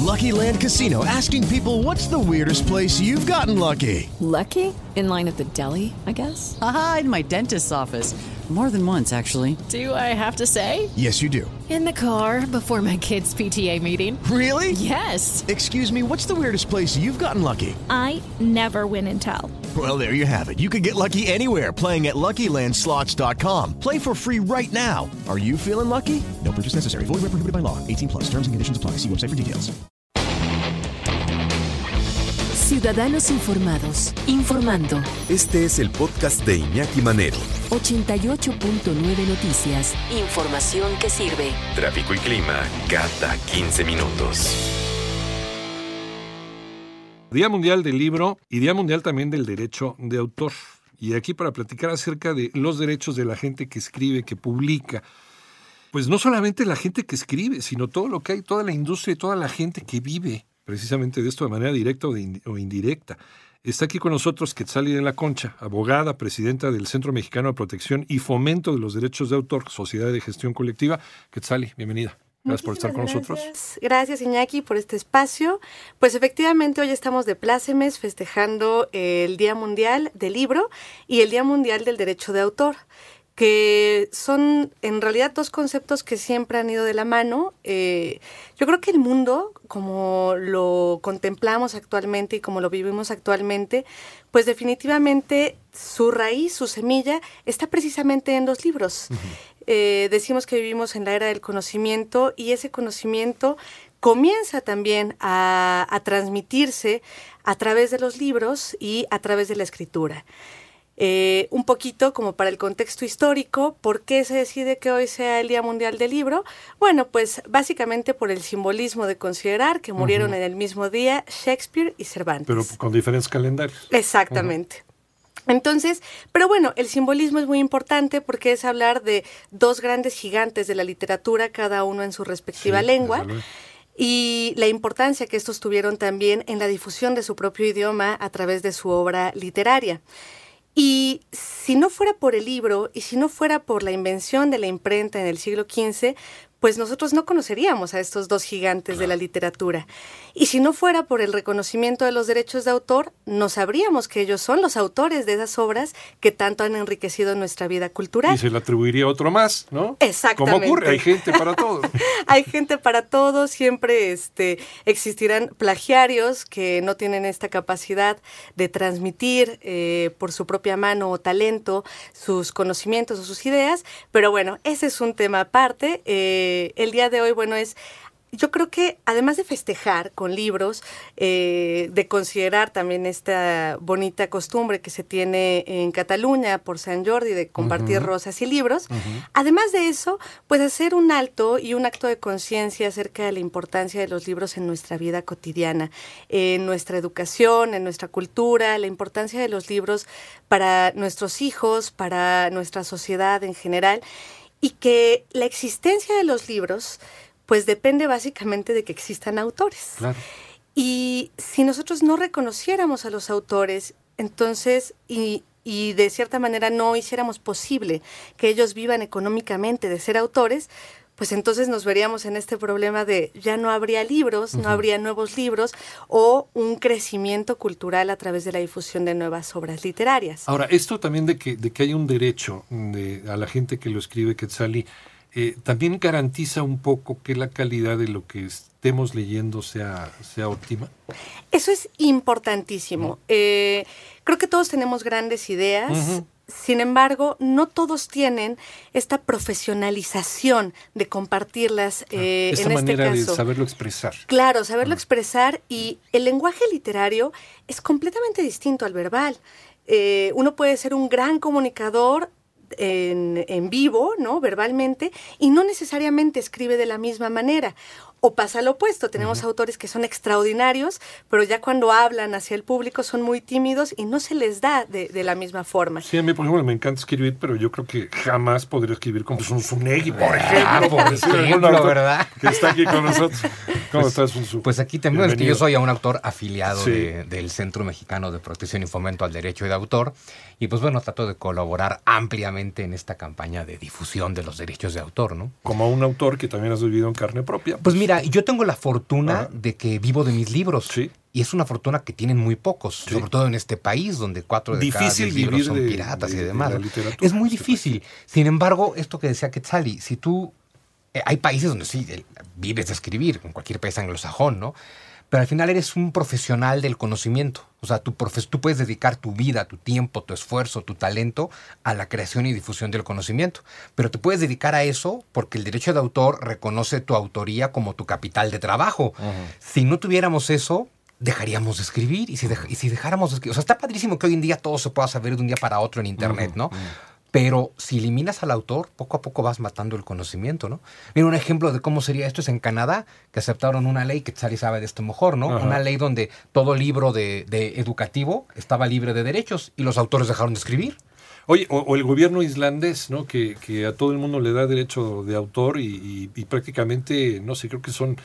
Lucky Land Casino, asking people, what's the weirdest place you've gotten lucky? Lucky? In line at the deli, I guess? Aha, in my dentist's office. More than once, actually. Do I have to say? Yes, you do. In the car before my kids' PTA meeting. Really? Yes. Excuse me, what's the weirdest place you've gotten lucky? I never win and tell. Well, there you have it. You can get lucky anywhere, playing at LuckyLandSlots.com. Play for free right now. Are you feeling lucky? No purchase necessary. Void where prohibited by law. 18+. Terms and conditions apply. See website for details. Ciudadanos Informados, informando. Este es el podcast de Iñaki Manero. 88.9 Noticias. Información que sirve. Tráfico y clima cada 15 minutos. Día Mundial del Libro y Día Mundial también del Derecho de Autor. Y aquí para platicar acerca de los derechos de la gente que escribe, que publica. Pues no solamente la gente que escribe, sino todo lo que hay, toda la industria y toda la gente que vive precisamente de esto de manera directa o indirecta. Está aquí con nosotros Quetzali de la Concha, abogada, presidenta del Centro Mexicano de Protección y Fomento de los Derechos de Autor, Sociedad de Gestión Colectiva. Quetzali, bienvenida. Gracias por estar con nosotros. Gracias, Iñaki, por este espacio. Pues efectivamente hoy estamos de plácemes festejando el Día Mundial del Libro y el Día Mundial del Derecho de Autor, que son en realidad dos conceptos que siempre han ido de la mano. Yo creo que el mundo, como lo contemplamos actualmente y como lo vivimos actualmente, pues definitivamente su raíz, su semilla, está precisamente en los libros. Decimos que vivimos en la era del conocimiento y ese conocimiento comienza también a transmitirse a través de los libros y a través de la escritura. Un poquito como para el contexto histórico, ¿por qué se decide que hoy sea el Día Mundial del Libro? Bueno, pues básicamente por el simbolismo de considerar que murieron en el mismo día Shakespeare y Cervantes. Pero con diferentes calendarios. Exactamente. Entonces, pero bueno, el simbolismo es muy importante porque es hablar de dos grandes gigantes de la literatura, cada uno en su respectiva lengua. Y la importancia que estos tuvieron también en la difusión de su propio idioma a través de su obra literaria. Y si no fuera por el libro y si no fuera por la invención de la imprenta en el siglo XV, pues nosotros no conoceríamos a estos dos gigantes de la literatura. Y si no fuera por el reconocimiento de los derechos de autor, no sabríamos que ellos son los autores de esas obras que tanto han enriquecido nuestra vida cultural. Y se le atribuiría otro más, ¿no? Exactamente. ¿Cómo ocurre? Hay gente para todo. Hay gente para todo, siempre existirán plagiarios que no tienen esta capacidad de transmitir por su propia mano o talento sus conocimientos o sus ideas, pero bueno, ese es un tema aparte. El día de hoy, bueno, yo creo que además de festejar con libros, de considerar también esta bonita costumbre que se tiene en Cataluña por Sant Jordi de compartir rosas y libros, además de eso, pues hacer un alto y un acto de conciencia acerca de la importancia de los libros en nuestra vida cotidiana, en nuestra educación, en nuestra cultura, la importancia de los libros para nuestros hijos, para nuestra sociedad en general, y que la existencia de los libros pues depende básicamente de que existan autores. Claro. Y si nosotros no reconociéramos a los autores, entonces, y de cierta manera no hiciéramos posible que ellos vivan económicamente de ser autores, pues entonces nos veríamos en este problema de ya no habría libros, no habría nuevos libros o un crecimiento cultural a través de la difusión de nuevas obras literarias. Ahora, esto también de que hay un derecho a la gente que lo escribe, Quetzali, también garantiza un poco que la calidad de lo que estemos leyendo sea óptima. Eso es importantísimo. Creo que todos tenemos grandes ideas. Sin embargo, no todos tienen esta profesionalización de compartirlas. Esta en manera este caso, de saberlo expresar. Claro, saberlo expresar, y el lenguaje literario es completamente distinto al verbal. Uno puede ser un gran comunicador en vivo, ¿no? Verbalmente, y no necesariamente escribe de la misma manera. O pasa lo opuesto, tenemos autores que son extraordinarios, pero ya cuando hablan hacia el público son muy tímidos y no se les da de la misma forma. Sí, a mí, por ejemplo, me encanta escribir, pero yo creo que jamás podría escribir como Zunzunegui, por ejemplo, por decir algún autor, ¿verdad? Que está aquí con nosotros. ¿Cómo estás, Zunzu? Pues aquí también es que yo soy un autor afiliado del Centro Mexicano de Protección y Fomento al Derecho de Autor, y pues bueno, trato de colaborar ampliamente en esta campaña de difusión de los derechos de autor, ¿no? Como un autor que también has vivido en carne propia. Pues Mira, yo tengo la fortuna de que vivo de mis libros. Sí. Y es una fortuna que tienen muy pocos, sobre todo en este país donde 4 de cada 10 libros son piratas y demás. Es muy difícil. Sin embargo, esto que decía Quetzali, si tú... hay países donde sí vives de escribir, en cualquier país anglosajón, ¿no? Pero al final eres un profesional del conocimiento. O sea, tú puedes dedicar tu vida, tu tiempo, tu esfuerzo, tu talento a la creación y difusión del conocimiento. Pero te puedes dedicar a eso porque el derecho de autor reconoce tu autoría como tu capital de trabajo. Si no tuviéramos eso, dejaríamos de escribir. Y si dejáramos de escribir... O sea, está padrísimo que hoy en día todo se pueda saber de un día para otro en Internet, ¿no? Pero si eliminas al autor, poco a poco vas matando el conocimiento, ¿no? Mira, un ejemplo de cómo sería esto es en Canadá, que aceptaron una ley, que Tsari sabe de esto mejor, ¿no? Una ley donde todo libro de educativo estaba libre de derechos y los autores dejaron de escribir. Oye, o el gobierno islandés, ¿no? Que a todo el mundo le da derecho de autor y prácticamente, no sé, creo que son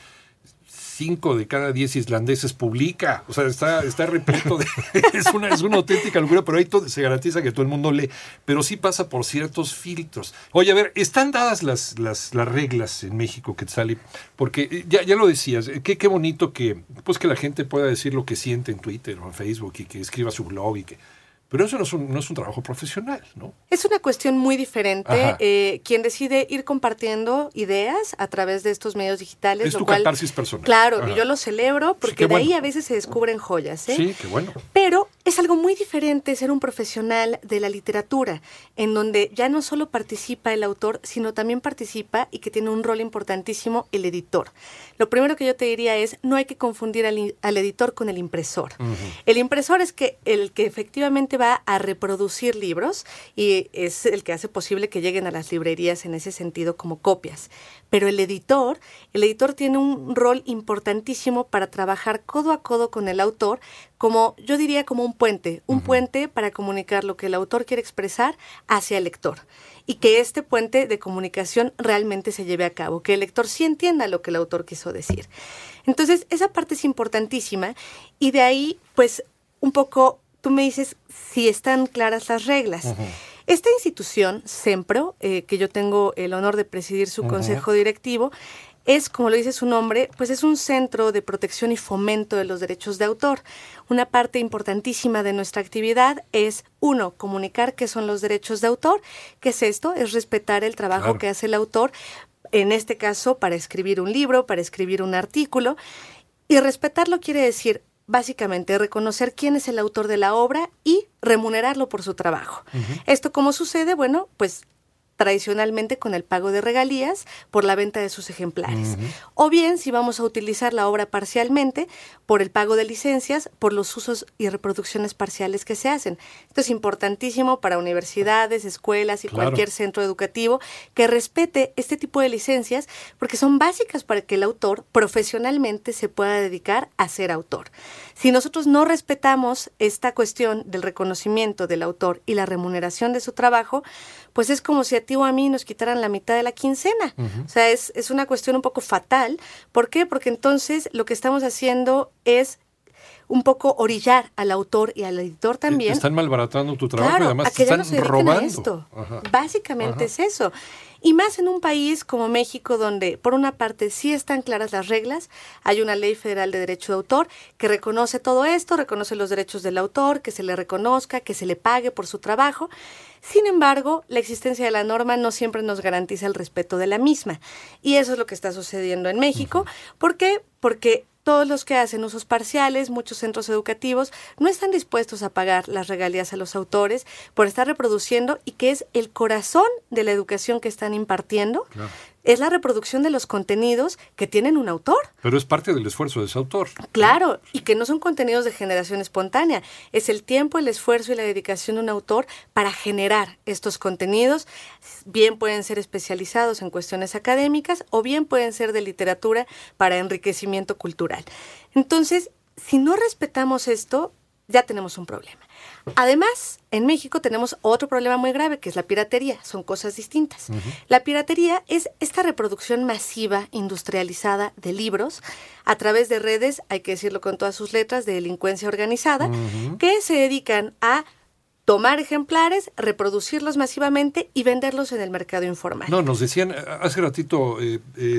5 de cada 10 islandeses publica. O sea, está repleto de... es una auténtica locura, pero ahí se garantiza que todo el mundo lee. Pero sí pasa por ciertos filtros. Oye, a ver, ¿están dadas las reglas en México, Quetzali? Porque ya lo decías, qué bonito que la gente pueda decir lo que siente en Twitter o en Facebook y que escriba su blog y que... Pero eso no es un trabajo profesional, ¿no? Es una cuestión muy diferente. Quien decide ir compartiendo ideas a través de estos medios digitales. Es tu catarsis personal. Claro, y yo lo celebro porque de ahí a veces se descubren joyas. Sí, qué bueno. Pero es algo muy diferente ser un profesional de la literatura, en donde ya no solo participa el autor, sino también participa y que tiene un rol importantísimo el editor. Lo primero que yo te diría es, no hay que confundir al editor con el impresor. El impresor es el que efectivamente va a reproducir libros y es el que hace posible que lleguen a las librerías en ese sentido como copias. Pero el editor tiene un rol importantísimo para trabajar codo a codo con el autor, como yo diría como un puente para comunicar lo que el autor quiere expresar hacia el lector. Y que este puente de comunicación realmente se lleve a cabo, que el lector sí entienda lo que el autor quiso decir. Entonces, esa parte es importantísima y de ahí, pues, un poco... Tú me dices si están claras las reglas. Esta institución, SEMPRO, que yo tengo el honor de presidir su consejo directivo, es, como lo dice su nombre, pues es un centro de protección y fomento de los derechos de autor. Una parte importantísima de nuestra actividad es, 1, comunicar qué son los derechos de autor. ¿Qué es esto? Es respetar el trabajo que hace el autor, en este caso, para escribir un libro, para escribir un artículo. Y respetarlo quiere decir, básicamente, reconocer quién es el autor de la obra y remunerarlo por su trabajo. ¿Esto cómo sucede? Bueno, pues tradicionalmente con el pago de regalías por la venta de sus ejemplares. O bien, si vamos a utilizar la obra parcialmente, por el pago de licencias, por los usos y reproducciones parciales que se hacen. Esto es importantísimo para universidades, escuelas y cualquier centro educativo que respete este tipo de licencias porque son básicas para que el autor profesionalmente se pueda dedicar a ser autor. Si nosotros no respetamos esta cuestión del reconocimiento del autor y la remuneración de su trabajo, pues es como si a ti o a mí nos quitaran la mitad de la quincena. O sea, es una cuestión un poco fatal. ¿Por qué? Porque entonces lo que estamos haciendo es un poco orillar al autor y al editor también. Están malbaratando tu trabajo y además te están robando. A esto. Básicamente es eso. Y más en un país como México, donde por una parte sí están claras las reglas, hay una ley federal de derecho de autor que reconoce todo esto, reconoce los derechos del autor, que se le reconozca, que se le pague por su trabajo. Sin embargo, la existencia de la norma no siempre nos garantiza el respeto de la misma. Y eso es lo que está sucediendo en México. ¿Por qué? Porque todos los que hacen usos parciales, muchos centros educativos, no están dispuestos a pagar las regalías a los autores por estar reproduciendo y que es el corazón de la educación que están impartiendo. Es la reproducción de los contenidos que tienen un autor. Pero es parte del esfuerzo de ese autor. Claro, y que no son contenidos de generación espontánea. Es el tiempo, el esfuerzo y la dedicación de un autor para generar estos contenidos. Bien pueden ser especializados en cuestiones académicas o bien pueden ser de literatura para enriquecimiento cultural. Entonces, si no respetamos esto, ya tenemos un problema. Además, en México tenemos otro problema muy grave, que es la piratería. Son cosas distintas. La piratería es esta reproducción masiva, industrializada de libros a través de redes, hay que decirlo con todas sus letras, de delincuencia organizada, que se dedican a tomar ejemplares, reproducirlos masivamente y venderlos en el mercado informal. No, nos decían hace ratito...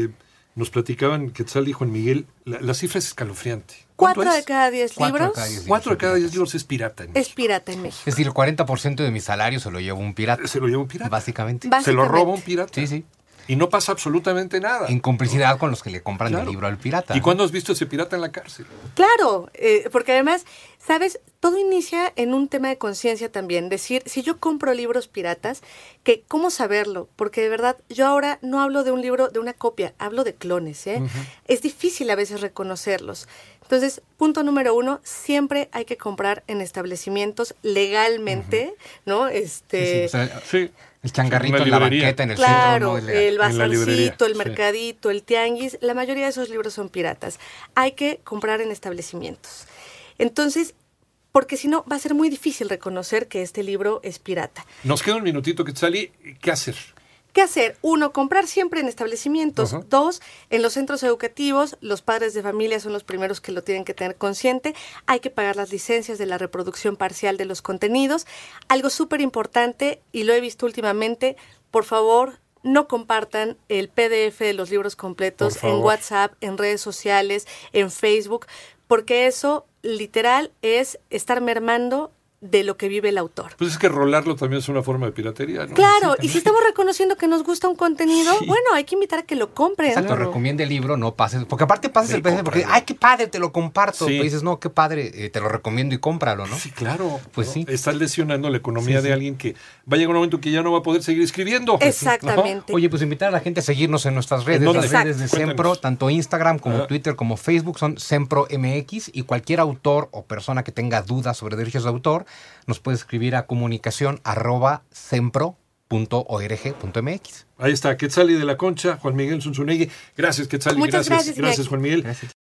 nos platicaban, Quetzal y Juan Miguel, la cifra es escalofriante. 4 de cada 10 libros. 4 de cada 10 libros es pirata en México. Es pirata en México. Es decir, el 40% de mi salario se lo lleva un pirata. Se lo lleva un pirata. Básicamente. Se lo roba un pirata. Sí, sí. Y no pasa absolutamente nada. En complicidad con los que le compran el libro al pirata. ¿Y cuándo has visto ese pirata en la cárcel? Claro, porque además, ¿sabes? Todo inicia en un tema de conciencia también. Decir, si yo compro libros piratas, que ¿cómo saberlo? Porque de verdad, yo ahora no hablo de un libro, de una copia, hablo de clones, ¿eh? Es difícil a veces reconocerlos. Entonces, punto número 1, siempre hay que comprar en establecimientos legalmente, ¿no? Sí. El changarrito en la banqueta, en el centro. Claro, el bazarcito, el mercadito, el tianguis. La mayoría de esos libros son piratas. Hay que comprar en establecimientos. Entonces, porque si no, va a ser muy difícil reconocer que este libro es pirata. Nos queda un minutito, Quetzali. ¿Qué hacer? ¿Qué hacer? 1, comprar siempre en establecimientos. 2, en los centros educativos, los padres de familia son los primeros que lo tienen que tener consciente. Hay que pagar las licencias de la reproducción parcial de los contenidos. Algo súper importante, y lo he visto últimamente, por favor, no compartan el PDF de los libros completos en WhatsApp, en redes sociales, en Facebook, porque eso literal es estar mermando de lo que vive el autor. Pues es que rolarlo también es una forma de piratería, ¿no? Claro, y si estamos reconociendo que nos gusta un contenido, bueno, hay que invitar a que lo compren. Exacto, recomiende el libro, no pases, porque aparte pasas el PDF, porque, ¡ay, qué padre, te lo comparto! Tú dices, no, qué padre, te lo recomiendo y cómpralo, ¿no? Sí, claro. Pues sí. Estás lesionando la economía de alguien que va a llegar un momento que ya no va a poder seguir escribiendo. Exactamente. ¿No? Oye, pues invitar a la gente a seguirnos en nuestras redes. Las redes de Sempro, tanto Instagram como Twitter como Facebook, son Sempro MX, y cualquier autor o persona que tenga dudas sobre derechos de autor nos puede escribir a comunicacion@sempro.org.mx. Ahí está, Quetzali de la Concha, Juan Miguel Zunzunegui. Gracias, Quetzali. Muchas gracias, Juan Miguel. Gracias.